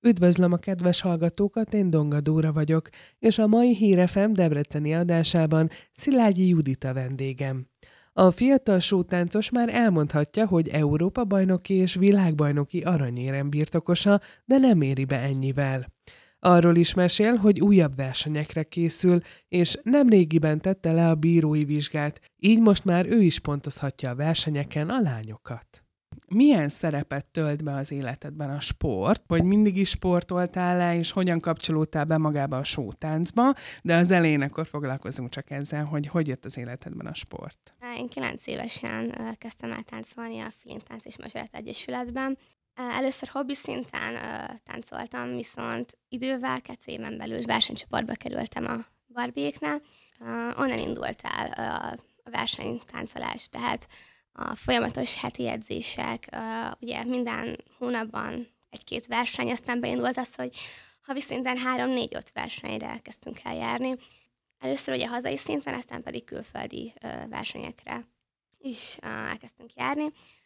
Üdvözlöm a kedves hallgatókat, én Donga Dóra vagyok, és a mai Hír FM debreceni adásában Szilágyi Judita vendégem. A fiatal sótáncos már elmondhatja, hogy Európa-bajnoki és világbajnoki aranyérem birtokosa, de nem éri be ennyivel. Arról is mesél, hogy újabb versenyekre készül, és nemrégiben tette le a bírói vizsgát, így most már ő is pontozhatja a versenyeken a lányokat. Milyen szerepet tölt be az életedben a sport? Vagy mindig is sportoltál-e, és hogyan kapcsolódtál be magába a sótáncba? De az elején akkor foglalkozunk csak ezzel, hogy jött az életedben a sport. Én 9 évesen kezdtem el táncolni a Feeling Tánc és Mazsolát Egyesületben. Először hobbi szinten táncoltam, viszont idővel 2 éven belül versenycsoportba kerültem a Barbiéknál. Onnan indult el a versenytáncolás, tehát a folyamatos heti edzések, ugye minden hónapban 1-2 verseny, aztán beindult az, hogy havi szinten 3-4-5 versenyre kezdtünk el járni. Először ugye hazai szinten, aztán pedig külföldi versenyekre is elkezdtünk járni.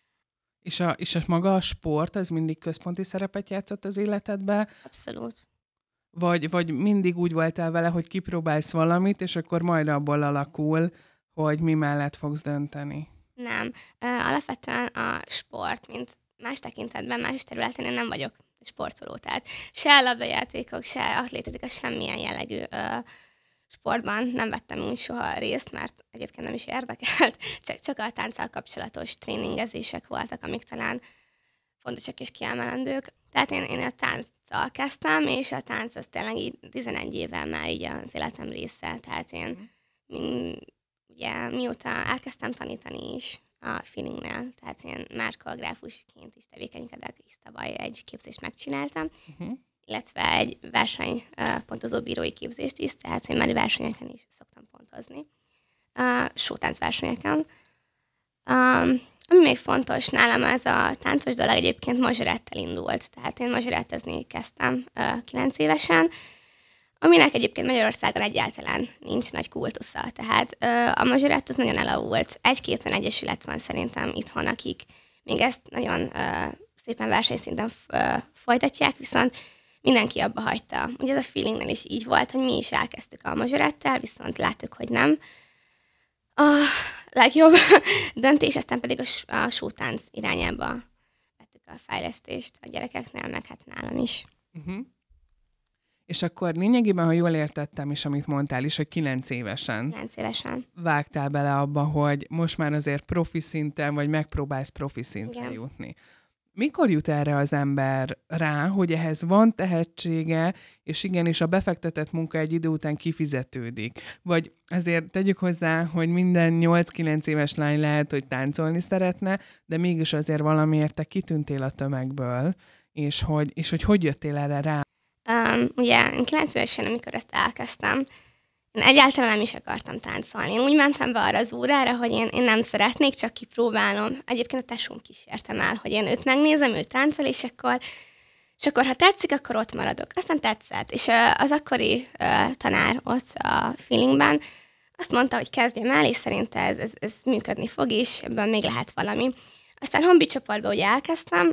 És maga a sport, az mindig központi szerepet játszott az életedben? Abszolút. Vagy mindig úgy voltál vele, hogy kipróbálsz valamit, és akkor majd abból alakul, hogy mi mellett fogsz dönteni? Nem. Alapvetően a sport, mint más tekintetben, más területen én nem vagyok sportoló. Tehát se labdajátékok, se atlétika, semmilyen jellegű sportban nem vettem úgy soha részt, mert egyébként nem is érdekelt. Csak a tánccal kapcsolatos tréningezések voltak, amik talán fontosak és kiemelendők. Tehát én a tánccal kezdtem, és a tánc az tényleg így 11 évvel már így az életem része. Tehát én ugye mióta elkezdtem tanítani is a Feelingnél, tehát én már koreográfusként is tevékenykedek, és tavaly egy képzést megcsináltam, illetve egy pontozó bírói képzést is, tehát én már versenyeken is szoktam pontozni, sótánc versenyeken. Ami még fontos nálam, ez a táncos dolog egyébként mazsorettel indult, tehát én mazsorettezni kezdtem 9 évesen, aminek egyébként Magyarországon egyáltalán nincs nagy kultusza. Tehát a mazsorett az nagyon elavult. 1-2 egyesület van szerintem itthon, akik még ezt nagyon szépen versenyszinten folytatják, viszont mindenki abba hagyta. Ugye ez a Feelingnél is így volt, hogy mi is elkezdtük a mazsorettel, viszont láttuk, hogy nem a legjobb döntés, aztán pedig a sótánc irányába vettük a fejlesztést a gyerekeknél, meg hát nálam is. És akkor lényegében, ha jól értettem is, amit mondtál is, hogy 9 évesen 9 évesen vágtál bele abba, hogy most már azért profi szinten, vagy megpróbálsz profi szintre Igen. jutni. Mikor jut erre az ember rá, hogy ehhez van tehetsége, és igenis a befektetett munka egy idő után kifizetődik? Vagy azért tegyük hozzá, hogy minden 8-9 éves lány lehet, hogy táncolni szeretne, de mégis azért valamiért te kitűntél a tömegből, és hogy jöttél erre rá? Ugye én 9 évesen, amikor ezt elkezdtem, én egyáltalán nem is akartam táncolni. Én úgy mentem be arra az órára, hogy én nem szeretnék, csak kipróbálom. Egyébként a tesóm kísértem el, hogy én őt megnézem, ő táncol, és akkor ha tetszik, akkor ott maradok. Aztán tetszett. És az akkori tanár ott a Feelingben azt mondta, hogy kezdjem el, és szerint ez működni fog, és ebben még lehet valami. Aztán hobbi csoportba ugye elkezdtem,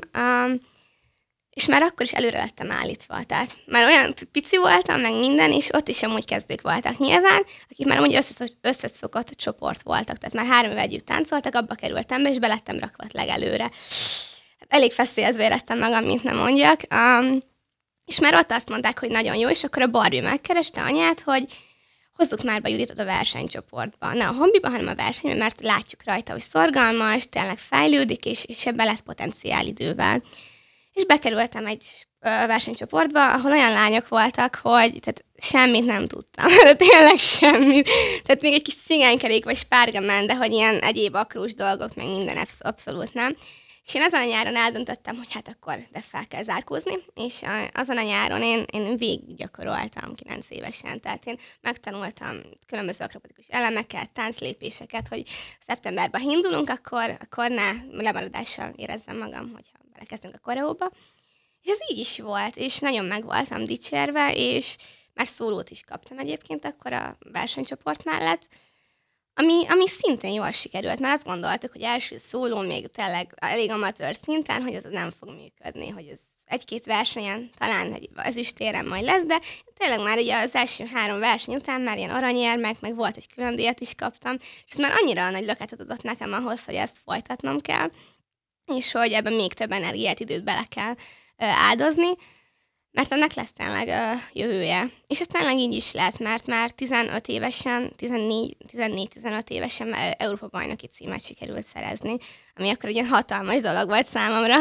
és már akkor is előre lettem állítva. Tehát már olyan pici voltam, meg minden, és ott is amúgy kezdők voltak nyilván, akik már amúgy összeszokott csoport voltak. Tehát már 3 éve együtt táncoltak, abba kerültem be, és belettem rakva legelőre. Hát elég feszélyezve éreztem magam, mint nem mondjak. És már ott azt mondták, hogy nagyon jó, és akkor a Barbie megkereste anyát, hogy hozzuk már be Juditot a versenycsoportba. Ne a hobbiba, hanem a versenybe, mert látjuk rajta, hogy szorgalmas, tényleg fejlődik, és ebben lesz potenciál idővel. És bekerültem egy versenycsoportba, ahol olyan lányok voltak, hogy tehát semmit nem tudtam. De tényleg semmit. Tehát még egy kis cigánykerék vagy spárgamen, de hogy ilyen egyéb akrós dolgok, meg minden abszolút nem. És én azon a nyáron eldöntöttem, hogy hát akkor de fel kell zárkózni, és azon a nyáron én végig gyakoroltam 9 évesen. Tehát én megtanultam különböző akrobatikus elemeket, tánclépéseket, hogy szeptemberben indulunk, akkor ne lemaradással érezzem magam, hogyha belekezdünk a koreóba. És ez így is volt, és nagyon meg voltam dicsérve, és már szólót is kaptam egyébként akkor a versenycsoport mellett, ami szintén jól sikerült, mert azt gondoltuk, hogy első szóló még tényleg elég amatőr szinten, hogy ez nem fog működni, hogy egy-két versenyen talán egy ezüstérem majd lesz, de tényleg már ugye az első 3 verseny után már ilyen aranyérmek, meg volt egy külön díjat is kaptam, és ez már annyira nagy löketet adott nekem ahhoz, hogy ezt folytatnom kell, és hogy ebben még több energiát, időt bele kell áldozni, mert ennek lesz tényleg jövője. És ez tényleg így is lesz, mert már 15 évesen, 14-15 évesen már Európa-bajnoki címet sikerült szerezni, ami akkor egy ilyen hatalmas dolog volt számomra.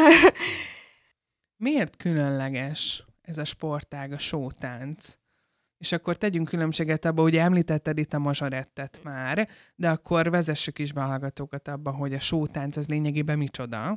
Miért különleges ez a sportág, a sótánc? És akkor tegyünk különbséget abba, ugye említetted itt a mazsarettet már, de akkor vezessük is be a hallgatókat abba, hogy a sótánc az lényegében micsoda?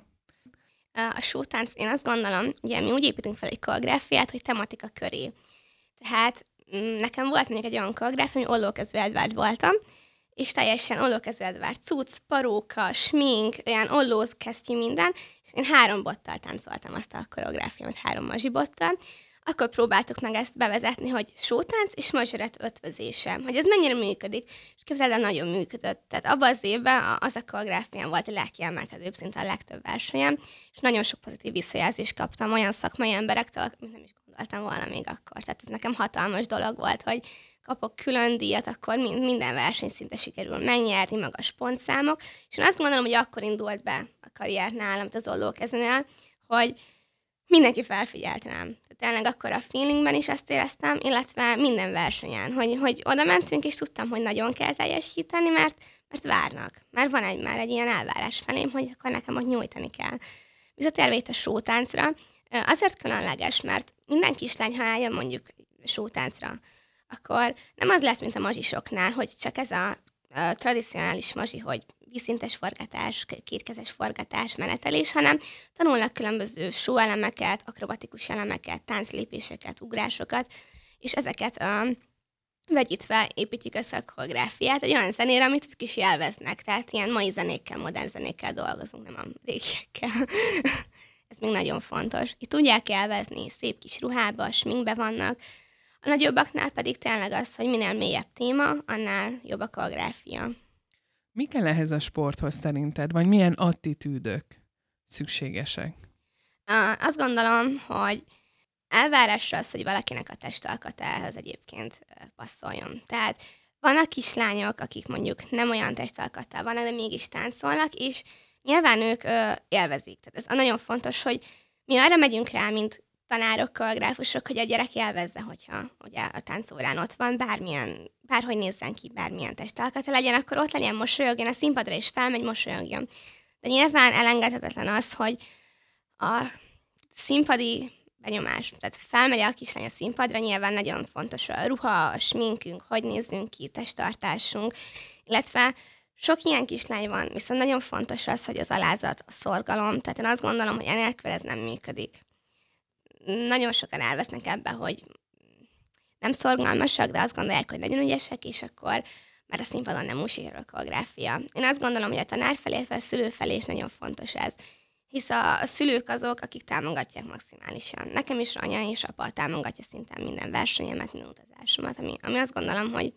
A sótánc, én azt gondolom, ugye mi úgy építünk fel egy koreográfiát, hogy tematika köré. Tehát nekem volt mondjuk egy olyan koreográfia, hogy Ollókezű Edvárd voltam, és teljesen Ollókezű Edvárd cucc, paróka, smink, olyan ollóz kesztyű minden, és én 3 bottal táncoltam azt a koreográfiámat, 3 mazsibottal. Akkor próbáltuk meg ezt bevezetni, hogy sótánc és mazsaret ötvözése, hogy ez mennyire működik, és képzeld el, nagyon működött. Tehát abban az évben az a koreográfián volt a legkiemelkedőbb, szinte a legtöbb versenyem, és nagyon sok pozitív visszajelzést kaptam olyan szakmai emberektől, amit nem is gondoltam volna még akkor. Tehát ez nekem hatalmas dolog volt, hogy kapok külön díjat, akkor minden verseny szinte sikerül megnyerni, magas pontszámok, és én azt gondolom, hogy akkor indult be a karrier nálam, az Ollókezűnél, hogy mindenki felfigyelt rám. Tényleg akkor a feelingben is ezt éreztem, illetve minden versenyen, hogy oda mentünk, és tudtam, hogy nagyon kell teljesíteni, mert várnak. Mert van már egy ilyen elvárás felém, hogy akkor nekem ott nyújtani kell. Visszatérve itt a sótáncra, azért különleges, mert minden kislány, ha eljön mondjuk sótáncra, akkor nem az lesz, mint a mazsisoknál, hogy csak ez a tradicionális mazsi, hogy vízszintes forgatás, kétkezes forgatás, menetelés, hanem tanulnak különböző show elemeket, akrobatikus elemeket, tánclépéseket, ugrásokat, és ezeket vegyítve építjük össze a koreográfiát egy olyan zenére, amit ők is élveznek, tehát ilyen mai zenékkel, modern zenékkel dolgozunk, nem a régiekkel. Ez még nagyon fontos. Itt tudják élvezni, szép kis ruhába, sminkbe vannak, a nagyobbaknál pedig tényleg az, hogy minél mélyebb téma, annál jobb a koreográfia. Mi kell ehhez a sporthoz szerinted, vagy milyen attitűdök szükségesek? Azt gondolom, hogy elvárásra az, hogy valakinek a testalkatához egyébként passzoljon. Tehát vannak kislányok, akik mondjuk nem olyan testalkattal vannak, de mégis táncolnak, és nyilván ők élvezik. Tehát ez nagyon fontos, hogy mi arra megyünk rá, mint tanárok, koreográfusok, hogy a gyerek élvezze, hogyha ugye a táncórán ott van, bárhogy nézzen ki, bármilyen testalkata legyen, akkor ott legyen, mosolyogjon, a színpadra is felmegy, mosolyogjon. De nyilván elengedhetetlen az, hogy a színpadi benyomás, tehát felmegy a kislány a színpadra, nyilván nagyon fontos a ruha, a sminkünk, hogy nézzünk ki, testtartásunk, illetve sok ilyen kislány van, viszont nagyon fontos az, hogy az alázat, a szorgalom, tehát én azt gondolom, hogy enélkül ez nem működik. Nagyon sokan elvesznek ebbe, hogy nem szorgalmasak, de azt gondolják, hogy nagyon ügyesek, és akkor már a színpadon nem úgy sikerül a koreográfia. Én azt gondolom, hogy a tanár felé, illetve a szülő felé is nagyon fontos ez. Hisz a szülők azok, akik támogatják maximálisan. Nekem is anya és apa támogatja szintén minden versenyemet, minden utazásomat, ami azt gondolom, hogy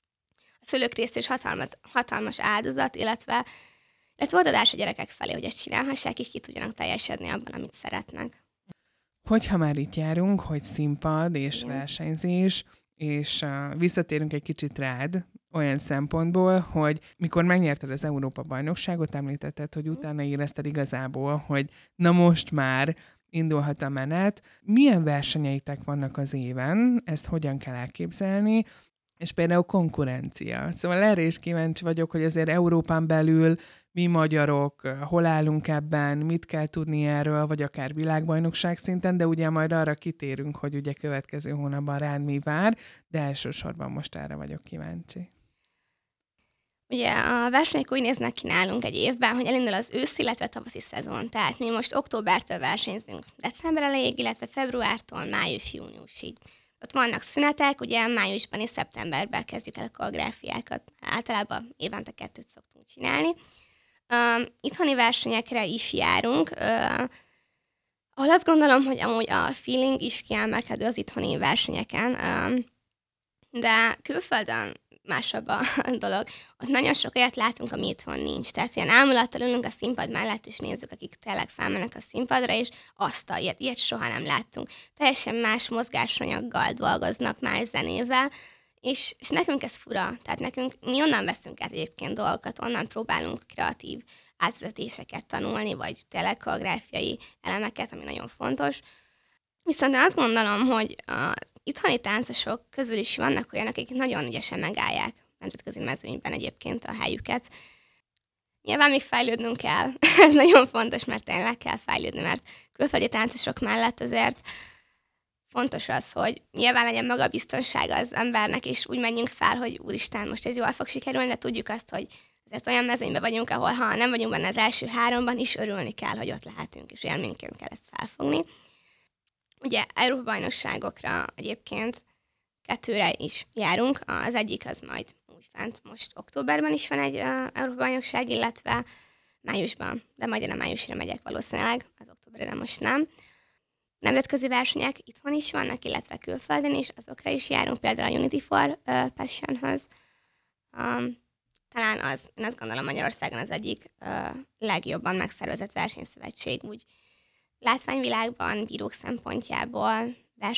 a szülők részéről is hatalmas áldozat, illetve odadás a gyerekek felé, hogy ezt csinálhassák, és ki tudjanak teljesedni abban, amit szeretnek. Hogyha már itt járunk, hogy színpad és versenyzés, és visszatérünk egy kicsit rád, olyan szempontból, hogy mikor megnyerted az Európa-bajnokságot, említetted, hogy utána érezted igazából, hogy na most már indulhat a menet. Milyen versenyeitek vannak az éven? Ezt hogyan kell elképzelni? És például konkurencia. Szóval erre is kíváncsi vagyok, hogy azért Európán belül mi magyarok, hol állunk ebben, mit kell tudni erről, vagy akár világbajnokság szinten, de ugye majd arra kitérünk, hogy ugye következő hónapban rád mi vár, de elsősorban most erre vagyok kíváncsi. Ugye a versenyek úgy néznek ki nálunk egy évben, hogy elindul az őszi, illetve tavaszi szezon. Tehát mi most októbertől versenyzünk december elejéig, illetve februártól május-júniusig. Ott vannak szünetek, ugye májusban és szeptemberben kezdjük el a koreográfiákat. Általában évente 2 szoktunk csinálni. Itthoni versenyekre is járunk, ahol azt gondolom, hogy amúgy a feeling is kiemelkedő az itthoni versenyeken, de külföldön másabb a dolog. Ott nagyon sok olyat látunk, ami itthon nincs. Tehát ilyen ámulattal ülünk a színpad mellett, és nézzük, akik tényleg felmennek a színpadra, és ilyet soha nem láttunk. Teljesen más mozgásanyaggal dolgoznak, más zenével, és nekünk ez fura. Tehát mi onnan veszünk át egyébként dolgokat, onnan próbálunk kreatív átvezetéseket tanulni, vagy tényleg koreográfiai elemeket, ami nagyon fontos. Viszont én azt gondolom, hogy az itthoni táncosok közül is vannak olyanok, akik nagyon ügyesen megállják nemzetközi mezőnyben egyébként a helyüket. Nyilván még fejlődnünk kell. Ez nagyon fontos, mert tényleg kell fejlődni, mert külföldi táncosok mellett azért fontos az, hogy nyilván legyen magabiztonsága az embernek, és úgy menjünk fel, hogy úristen, most ez jól fog sikerülni, de tudjuk azt, hogy ezért olyan mezőnyben vagyunk, ahol ha nem vagyunk benne az első 3-ban, is örülni kell, hogy ott lehetünk, és élményként kell ezt felfogni. Ugye Európa-bajnokságokra egyébként 2-re is járunk, az egyik az majd úgy fent, most októberben is van egy Európa-bajnokság, illetve májusban, de majd én a májusra megyek valószínűleg, az októberre most nem. Nemzetközi versenyek itthon is vannak, illetve külföldön is, azokra is járunk, például a Unity for Passionhöz. Talán én azt gondolom Magyarországon az egyik legjobban megszervezett versenyszövetség, úgy látványvilágban, bírók szempontjából,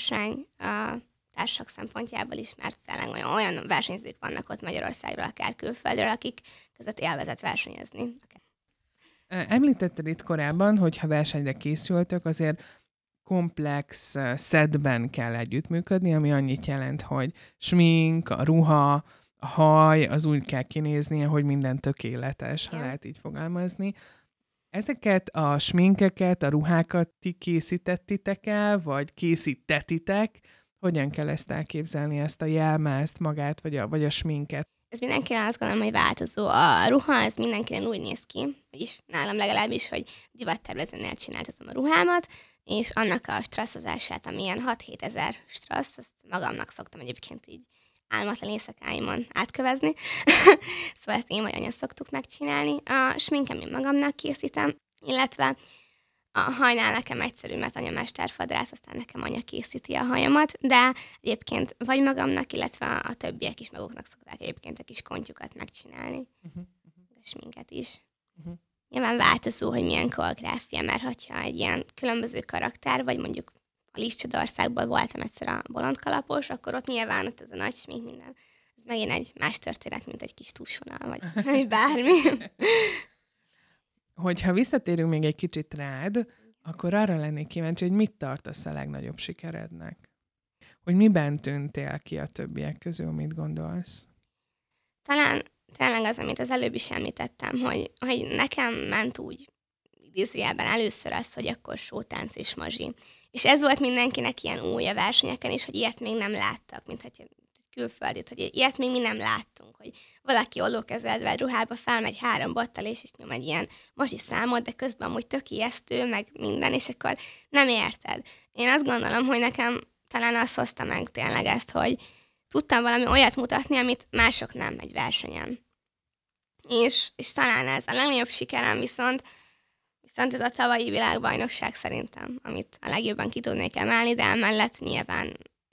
társak szempontjából is, mert tényleg olyan versenyzők vannak ott Magyarországról, akár külföldről, akik között élvezett versenyezni. Említetted itt korábban, hogy ha versenyre készültök, azért komplex szedben kell együttműködni, ami annyit jelent, hogy smink, a ruha, a haj, az úgy kell kinéznie, hogy minden tökéletes, ha lehet így fogalmazni. Ezeket a sminkeket, a ruhákat ti készítettitek el, vagy készítetitek? Hogyan kell ezt elképzelni, ezt a jelmázt magát, vagy a sminket? Ez mindenkinek azt gondolom, hogy változó. A ruha, ez mindenkinek úgy néz ki, vagyis nálam legalábbis, hogy divattervezőnél csináltatom a ruhámat, és annak a strasszozását, ami ilyen 6-7 ezer strassz, azt magamnak szoktam egyébként így álmatlan éjszakáimon átkövezni. Szóval ezt én vagy anya szoktuk megcsinálni. A sminkem én magamnak készítem, illetve a hajnál nekem egyszerű, mert anya mesterfodrász, aztán nekem anya készíti a hajamat, de egyébként vagy magamnak, illetve a többiek is maguknak szokták egyébként a kis kontyukat megcsinálni. A sminket is. Nyilván változó, hogy milyen koreográfia, mert hogyha egy ilyen különböző karakter, vagy mondjuk a Liscsodországból voltam egyszer a bolondkalapos, akkor ott nyilván ott ez a nagy smink minden. Ez megint egy más történet, mint egy kis túlsvonal, vagy bármi. Hogyha visszatérünk még egy kicsit rád, akkor arra lennék kíváncsi, hogy mit tartasz a legnagyobb sikerednek? Hogy miben tűntél ki a többiek közül, mit gondolsz? Talán tényleg az, amit az előbb is említettem, hogy nekem ment úgy idézőjelben először az, hogy akkor sótánc és mazsi. És ez volt mindenkinek ilyen új a versenyeken, és hogy ilyet még nem láttak, mint hogy külföldit, hogy ilyet még mi nem láttunk, hogy valaki ollókezelve ruhába felmegy 3 bottal, és nyom egy ilyen mazsi számot, de közben amúgy tök ijesztő, meg minden, és akkor nem érted. Én azt gondolom, hogy nekem talán azt hozta meg tényleg ezt, hogy tudtam valami olyat mutatni, amit mások nem egy versenyen. És talán ez a legnagyobb sikerem viszont ez a tavalyi világbajnokság szerintem, amit a legjobban ki tudnék emelni, de emellett nyilván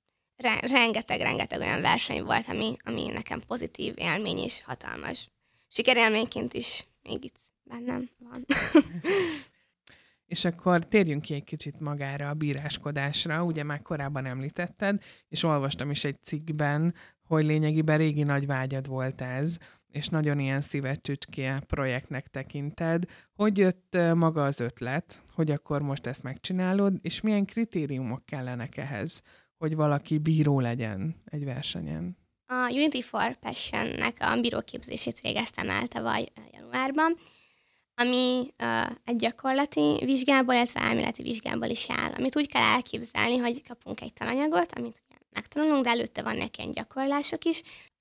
rengeteg olyan verseny volt, ami nekem pozitív élmény és hatalmas. Sikerélményként is még itt bennem van. És akkor térjünk ki egy kicsit magára a bíráskodásra. Ugye már korábban említetted, és olvastam is egy cikkben, hogy lényegében régi nagy vágyad volt ez, és nagyon ilyen szívecsücské projektnek tekinted. Hogy jött maga az ötlet, hogy akkor most ezt megcsinálod, és milyen kritériumok kellenek ehhez, hogy valaki bíró legyen egy versenyen? A Unity for Passion-nek a bíróképzését végeztem el tavaly januárban, ami egy gyakorlati vizsgából, illetve elméleti vizsgából is áll, amit úgy kell elképzelni, hogy kapunk egy tananyagot, amit megtanulunk, de előtte vannak ilyen gyakorlások is.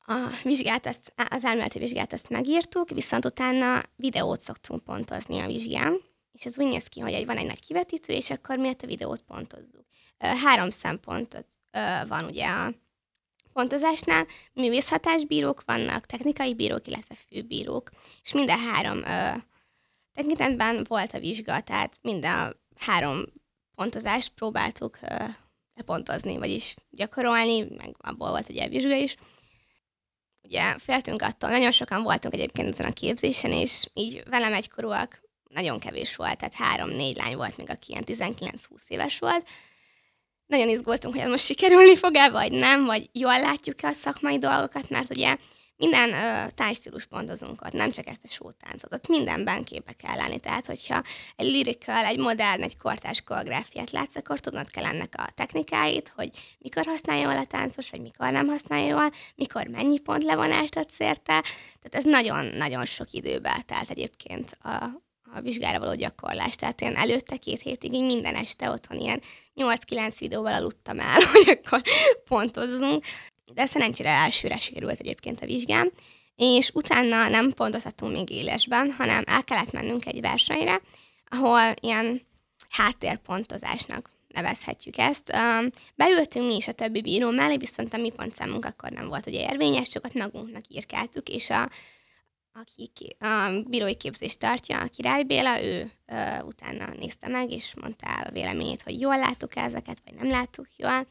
Az elméleti vizsgát ezt megírtuk, viszont utána videót szoktunk pontozni a vizsgán, és ez úgy néz ki, hogy van egy nagy kivetítő, és akkor miért a videót pontozzuk. 3 szempontot van ugye a pontozásnál, művészhatásbírók vannak, technikai bírók, illetve főbírók, és minden 3 tekintetben volt a vizsga, tehát minden 3 pontozást próbáltuk lepontozni, vagyis gyakorolni, meg abból volt ugye a vizsga is. ugye féltünk attól, nagyon sokan voltunk egyébként ezen a képzésen, és így velem egykorúak nagyon kevés volt, tehát 3-4 lány volt még, aki ilyen 19-20 éves volt. Nagyon izgultunk, hogy ez most sikerülni fog-e, vagy nem, vagy jól látjuk-e a szakmai dolgokat, mert ugye minden táncstílus pontozunk ott, nem csak ezt a sótáncot, ott mindenben képbe kell lenni. Tehát, hogyha egy lyrical, egy modern, egy kortárs koreográfiát látsz, akkor tudnod kell ennek a technikáit, hogy mikor használja jól a táncos, vagy mikor nem használja jól, mikor mennyi pont levonást adsz érte. Tehát ez nagyon-nagyon sok időbe telt egyébként a vizsgára való gyakorlás. Tehát én előtte 2 hétig így minden este otthon ilyen 8-9 videóval aludtam el, hogy akkor pontozzunk. De szerencsére elsőre sikerült egyébként a vizsgám, és utána nem pontozhatunk még élesben, hanem el kellett mennünk egy versenyre, ahol ilyen háttérpontozásnak nevezhetjük ezt. Beültünk mi is a többi bíró mellé, viszont a mi pontszámunk akkor nem volt ugye érvényes, csak ott magunknak írkáltuk, és aki a bírói képzést tartja, a Király Béla, ő utána nézte meg, és mondta el a véleményét, hogy jól láttuk ezeket, vagy nem láttuk jól.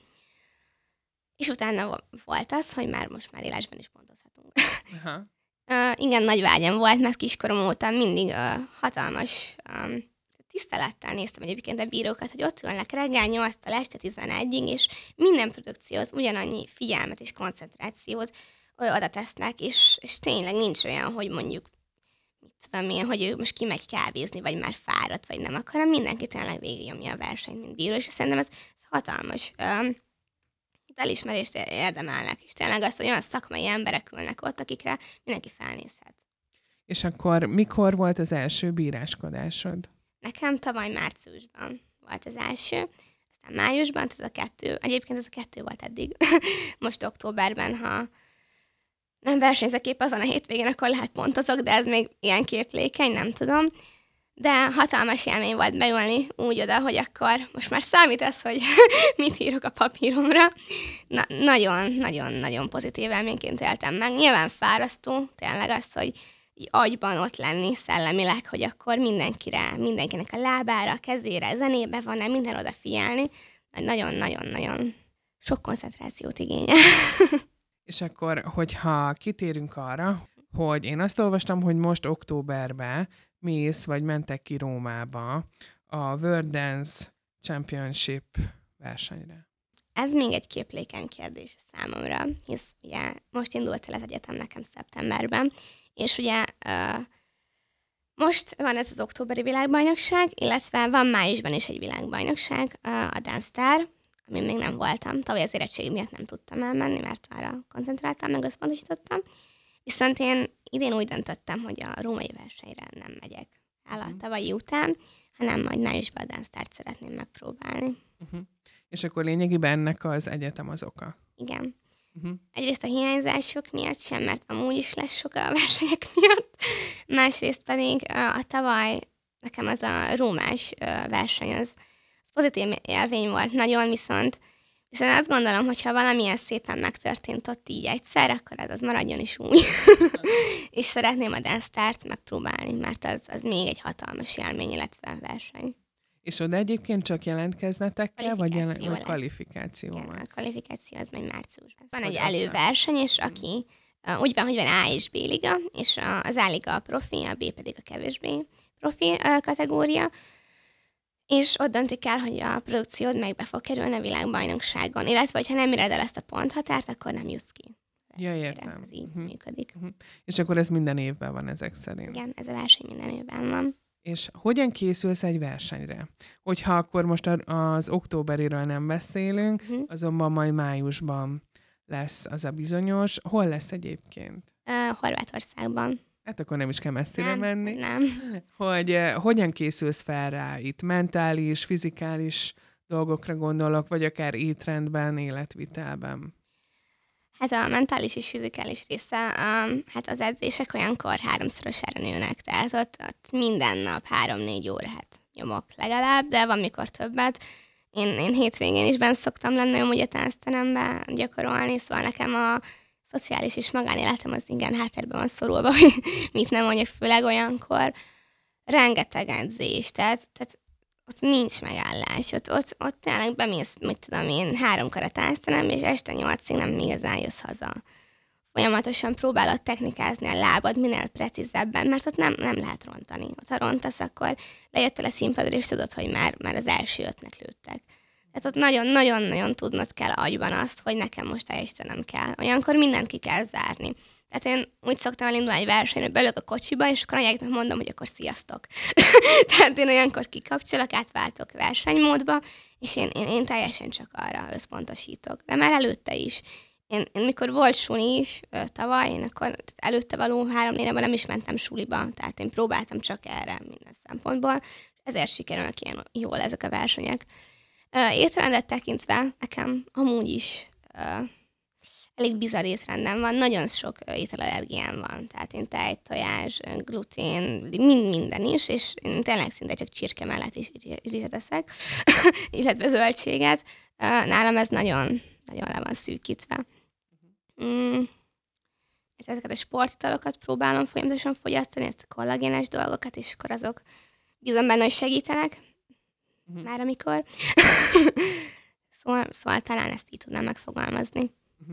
És utána volt az, hogy most már élesben is pontozhatunk. Igen, nagy vágyam volt, mert kiskorom óta mindig hatalmas tisztelettel néztem egyébként a bírókat, hogy ott ülnek reggel 8-tól este 11-ig, és minden produkcióhoz ugyanannyi figyelmet és koncentrációt oda tesznek, és tényleg nincs olyan, hogy mondjuk, mit tudom én, hogy ő most kimegy kávézni, vagy már fáradt, vagy nem, akkor mindenki tényleg végignyomja a versenyt, mint bíró, és szerintem ez hatalmas elismerést érdemelnek, és tényleg azt, hogy olyan szakmai emberek ülnek ott, akikre mindenki felnézhet. És akkor mikor volt az első bíráskodásod? Nekem tavaly márciusban volt az első, aztán májusban, tehát a 2, egyébként ez a 2 volt eddig. Most októberben, ha nem versenyzek épp azon a hétvégén, akkor lehet pontozok, de ez még ilyen képlékeny, nem tudom. De hatalmas élmény volt beülni úgy oda, hogy akkor most már számít ez, hogy mit írok a papíromra. Nagyon-nagyon pozitív élményként éltem meg. Nyilván fárasztó, tényleg az, hogy így agyban ott lenni szellemileg, hogy akkor mindenkinek a lábára, a kezére, zenébe van-e, minden odafigyelni. Nagyon-nagyon sok koncentrációt igényel. És akkor, hogyha kitérünk arra, hogy én azt olvastam, hogy most októberben mész, vagy mentek ki Rómába a World Dance Championship versenyre. Ez még egy képlékeny kérdés számomra, hisz ugye most indult el az egyetem nekem szeptemberben, és ugye most van ez az októberi világbajnokság, illetve van májusban is egy világbajnokság, a Dance Star, amin még nem voltam. Tavaly az érettségi miatt nem tudtam elmenni, mert arra koncentráltam, meg összpontosítottam. Viszont én idén úgy döntöttem, hogy a római versenyre nem megyek el a tavalyi után, hanem majd májusban a Dance Start szeretném megpróbálni. És akkor lényegében ennek az egyetem az oka? Igen. Egyrészt a hiányzások miatt sem, mert amúgy is lesz sok a versenyek miatt. Másrészt pedig a tavaly nekem az a rómás verseny, az pozitív élmény volt nagyon, viszont azt gondolom, hogy ha valamilyen szépen megtörtént ott így egyszer, akkor ez az maradjon is úgy. És szeretném a Dance Start megpróbálni, mert az még egy hatalmas élmény, illetve verseny. És oda egyébként csak jelentkeznetekkel, vagy kvalifikációval? Igen, a kvalifikáció az majd márciusban. Van egy előverseny, és aki úgy van, hogy van A és B liga, és az A liga a profi, a B pedig a kevésbé profi kategória, és ott döntik el, hogy a produkciód megbe fog kerülni a világbajnokságon, illetve, hogyha nem éred el ezt a ponthatárt, akkor nem jutsz ki. Ja, értem. Ez így működik. És akkor ez minden évben van ezek szerint? Igen, ez a verseny minden évben van. És hogyan készülsz egy versenyre? Hogyha akkor most az októberiről nem beszélünk, azonban majd májusban lesz az a bizonyos. Hol lesz egyébként? Horvátországban. Hát akkor nem is kell messzire menni. Nem. Hogy hogyan készülsz fel rá itt? Mentális, fizikális dolgokra gondolok, vagy akár étrendben, életvitelben? Hát a mentális és fizikális része, hát az edzések olyankor 3-szorosára nőnek, tehát ott minden nap 3-4 órát nyomok legalább, de van mikor többet. Én hétvégén is bent szoktam lenni, amúgy a táncteremben gyakorolni, szóval nekem a szociális és magánéletem az igen háttérben van szorulva, hogy mit nem mondjak, főleg olyankor. Rengeteg edzés, tehát ott nincs megállás, ott tényleg bemész, mit tudom én, 3-kor a táncterembe, és este 8-ig nem igazán jössz haza. folyamatosan próbálod technikázni a lábad minél precízebben, mert ott nem lehet rontani. Ott ha rontasz, akkor lejöttél a színpadra, és tudod, hogy már az első ötnek lőttek. Tehát ott nagyon-nagyon tudnod kell agyban azt, hogy nekem most teljesítenem kell. Olyankor mindent ki kell zárni. Tehát én úgy szoktam elindulni egy versenyre, beülök a kocsiba, és akkor anyáknak mondom, hogy akkor sziasztok. Tehát én olyankor kikapcsolok, átváltok versenymódba, és én teljesen csak arra összpontosítok. De már előtte is. Én mikor volt suli is tavaly, én akkor előtte való 3-4 évben nem is mentem suliba, tehát én próbáltam csak erre minden szempontból, ezért sikerülnek ilyen jól ezek a versenyek. Étrendet tekintve nekem amúgy is elég bizarr étrendem van, nagyon sok ételallergiám van, tehát én tej, tojás, glutén, minden is, és én tényleg szinte csak csirke mellett is rizset eszek, illetve zöldséget. Nálam ez nagyon le van szűkítve. Ezeket a sportitalokat próbálom folyamatosan fogyasztani, ezt a kollagénes dolgokat, és akkor azok bízom benne, hogy segítenek. Már amikor. szóval talán ezt így tudnám megfogalmazni.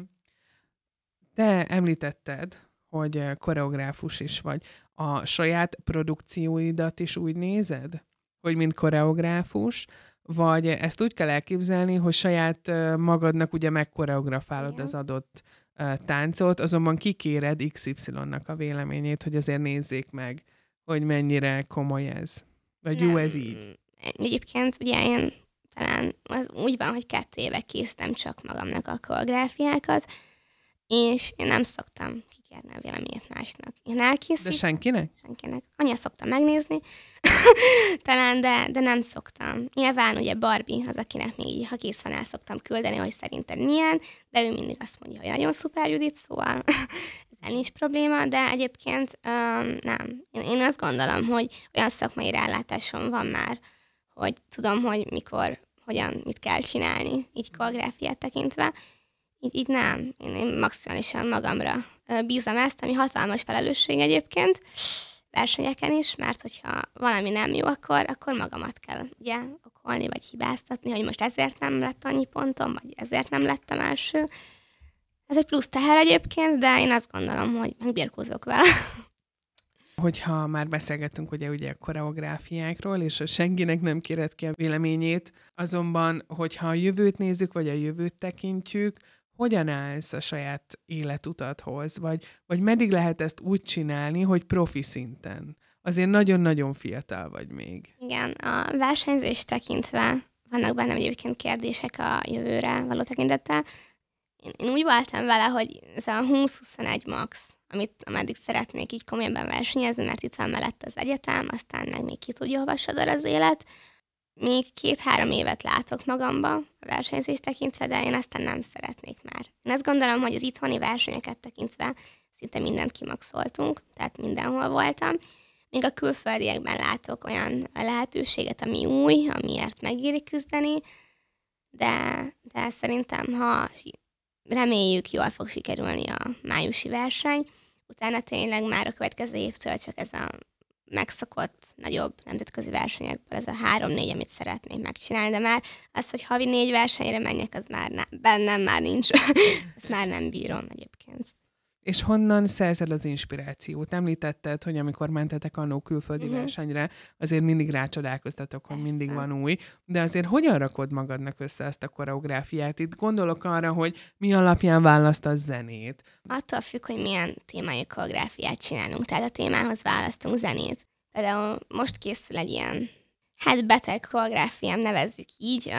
Te említetted, hogy koreográfus is vagy. A saját produkcióidat is úgy nézed, hogy mint koreográfus, vagy ezt úgy kell elképzelni, hogy saját magadnak ugye megkoreografálod az adott táncot, azonban kikéred XY-nak a véleményét, hogy azért nézzék meg, hogy mennyire komoly ez. Vagy jó ez így. Egyébként ugye én talán az úgy van, hogy 2 éve készítem csak magamnak a koreográfiákat, és én nem szoktam kikérni a véleményét másnak. Én elkészítem. De senkinek? Senkinek. Anya szokta megnézni, talán, de nem szoktam. Nyilván ugye Barbie az, akinek még így, ha kész van, el szoktam küldeni, hogy szerinted milyen, de ő mindig azt mondja, hogy nagyon szuper, Judit, szóval ezzel nincs probléma, de egyébként nem. Én azt gondolom, hogy olyan szakmai rálátásom van már, hogy tudom, hogy mikor, hogyan, mit kell csinálni, így koreográfiát tekintve. Így nem. Én maximálisan magamra bízom ezt, ami hatalmas felelősség egyébként, versenyeken is, mert hogyha valami nem jó, akkor magamat kell ugye okolni, vagy hibáztatni, hogy most ezért nem lett annyi pontom, vagy ezért nem lettem első. Ez egy plusz teher egyébként, de én azt gondolom, hogy megbirkózok vele. Hogyha már beszélgettünk ugye a koreográfiákról, és senkinek nem kéred ki a véleményét, azonban, hogyha a jövőt nézzük, vagy a jövőt tekintjük, hogyan állsz a saját életutathoz, vagy meddig lehet ezt úgy csinálni, hogy profi szinten? Azért nagyon-nagyon fiatal vagy még. Igen, a versenyzést tekintve vannak bennem egyébként kérdések a jövőre való tekintettel. Én úgy voltam vele, hogy ez a 20-21 max, ameddig szeretnék így komolyabban versenyezni, mert itt van mellett az egyetem, aztán meg még ki tudja, hova sodor az élet. Még 2-3 évet látok magamba a versenyzést tekintve, de én aztán nem szeretnék már. Én azt gondolom, hogy az itthoni versenyeket tekintve szinte mindent kimaxoltunk, tehát mindenhol voltam. Még a külföldiekben látok olyan lehetőséget, ami új, amiért megéri küzdeni, de szerintem, ha reméljük, jól fog sikerülni a májusi verseny, utána tényleg már a következő évtől csak ez a megszokott nagyobb nemzetközi versenyekből ez a 3-4, amit szeretnék megcsinálni, de már az, hogy havi 4 versenyre menjek, az már bennem már nincs. Ezt már nem bírom egyébként. És honnan szerzed az inspirációt? Említetted, hogy amikor mentetek annó külföldi versenyre, azért mindig rácsodálkoztatok, hogy mindig van új, de azért hogyan rakod magadnak össze ezt a koreográfiát? Itt gondolok arra, hogy mi alapján választasz zenét. Attól függ, hogy milyen témájú koreográfiát csinálunk, tehát a témához választunk zenét. Például most készül egy ilyen beteg koreográfiám, nevezzük így,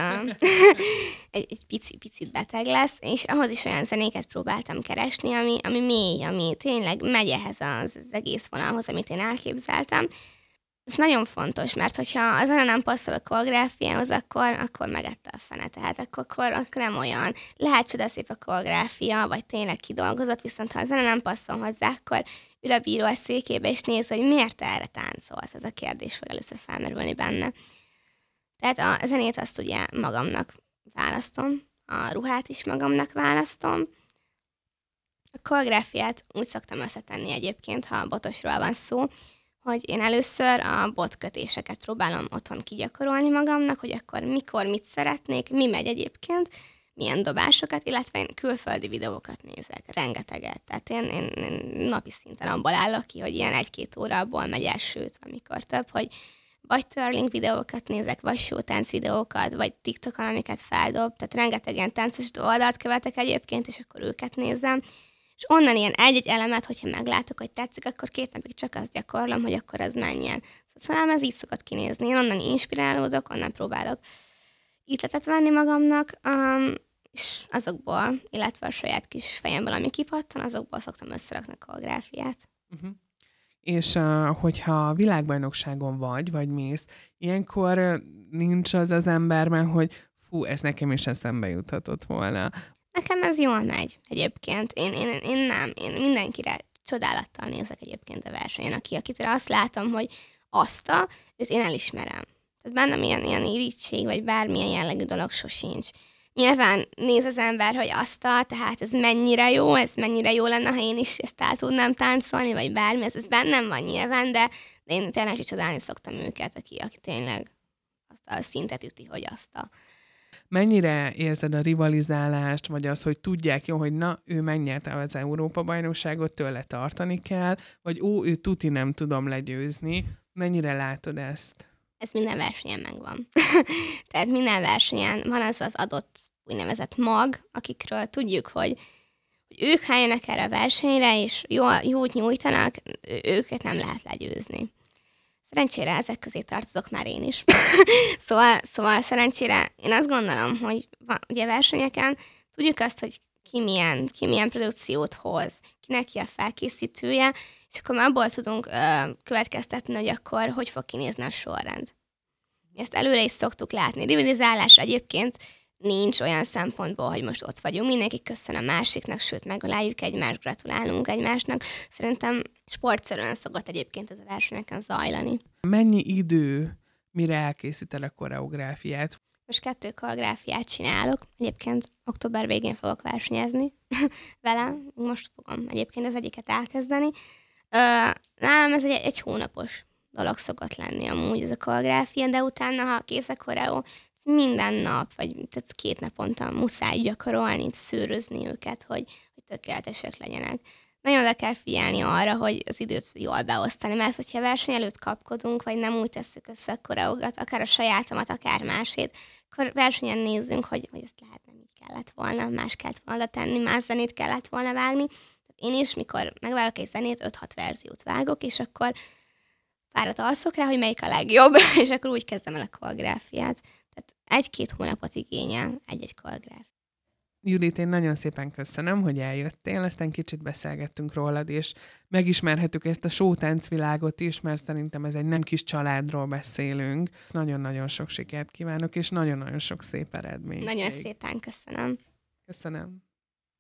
egy picit beteg lesz, és ahhoz is olyan zenéket próbáltam keresni, ami mély, ami tényleg megy ehhez az egész vonalhoz, amit én elképzeltem. Ez nagyon fontos, mert hogyha a zene nem passzol a koreográfiához, akkor megette a fene, tehát akkor nem olyan. Lehet csodaszép a koreográfia, vagy tényleg kidolgozott, viszont ha a zene nem passzol hozzá, akkor ül a bíró a székébe, és néz, hogy miért te erre táncolsz. Ez a kérdés fog először felmerülni benne. Tehát a zenét azt ugye magamnak választom, a ruhát is magamnak választom. A koreográfiát úgy szoktam összetenni egyébként, ha botosról van szó, hogy én először a botkötéseket próbálom otthon kigyakorolni magamnak, hogy akkor mikor mit szeretnék, mi megy egyébként, milyen dobásokat, illetve én külföldi videókat nézek, rengeteget. Tehát én napi szinten abból állok ki, hogy ilyen 1-2 órából megy el, sőt, amikor több, hogy vagy twirling videókat nézek, vagy showtánc videókat, vagy TikTokon, amiket feldob. Tehát rengeteg ilyen táncos oldalt követek egyébként, és akkor őket nézem. És onnan ilyen egy-egy elemet, hogyha meglátok, hogy tetszik, akkor 2 napig csak azt gyakorlom, hogy akkor az menjen. Szóval ez így szokott kinézni. Én onnan inspirálódok, onnan próbálok ötletet venni magamnak, és azokból, illetve a saját kis fejemből, ami kipattan, azokból szoktam összerakni a koreográfiát. Uh-huh. És hogyha világbajnokságon vagy mész, ilyenkor nincs az emberben, hogy fú, ez nekem is eszembe juthatott volna. Nekem ez jól megy egyébként. Én nem. Én mindenkire csodálattal nézek egyébként a versenyen, akitől azt látom, hogy őt én elismerem. Tehát bennem ilyen irítség, vagy bármilyen jellegű dolog sosincs. Nyilván néz az ember, hogy tehát ez mennyire jó lenne, ha én is ezt el tudnám táncolni, vagy bármi, ez bennem van nyilván, de én tényleg is csodálni szoktam őket, aki tényleg azt a szintet üti, hogy Mennyire érzed a rivalizálást, vagy az, hogy tudják jó, hogy na, ő megnyerte az Európa-bajnokságot, tőle tartani kell, vagy ő tuti nem tudom legyőzni. Mennyire látod ezt? Ez minden versenyen megvan. Tehát minden versenyen van az adott úgynevezett mag, akikről tudjuk, hogy ők jönnek erre a versenyre, és jót nyújtanak, őket nem lehet legyőzni. Szerencsére ezek közé tartozok már én is. szóval szerencsére én azt gondolom, hogy ugye versenyeken tudjuk azt, hogy ki milyen produkciót hoz, kinek ki a felkészítője, és akkor már abból tudunk következtetni, hogy akkor hogy fog kinézni a sorrend. Mi ezt előre is szoktuk látni. Rivalizálás egyébként nincs olyan szempontból, hogy most ott vagyunk. Mindenki köszön a másiknak, sőt, megöláljuk egymást, gratulálunk egymásnak. Szerintem sportszerűen szokott egyébként ez a versenyeken zajlani. Mennyi idő, mire elkészíted a koreográfiát? Most 2 koreográfiát csinálok. Egyébként október végén fogok versenyezni vele. Most fogom egyébként az egyiket elkezdeni. Nálam ez egy hónapos dolog szokott lenni amúgy ez a koreográfia, de utána, ha kész a koreó, minden nap, vagy tehát 2 naponta muszáj gyakorolni, szőrözni őket, hogy tökéletesek legyenek. Nagyon oda kell figyelni arra, hogy az időt jól beosztani, mert hogyha verseny előtt kapkodunk, vagy nem úgy tesszük össze a koreógat, akár a sajátomat, akár másét, akkor versenyen nézzünk, hogy ezt lehet nem így kellett volna, más kellett volna tenni, más zenét kellett volna vágni. Tehát én is, mikor megvágok egy zenét, 5-6 verziót vágok, és akkor párat alszok rá, hogy melyik a legjobb, és akkor úgy kezdem el a koreográfiát. Tehát 1-2 hónapot igényel egy-egy koreográfia. Judit, én nagyon szépen köszönöm, hogy eljöttél, aztán kicsit beszélgettünk rólad, és megismerhetük ezt a showtáncvilágot is, mert szerintem ez egy nem kis családról beszélünk. Nagyon-nagyon sok sikert kívánok, és nagyon-nagyon sok szép eredményt. Nagyon szépen köszönöm. Köszönöm.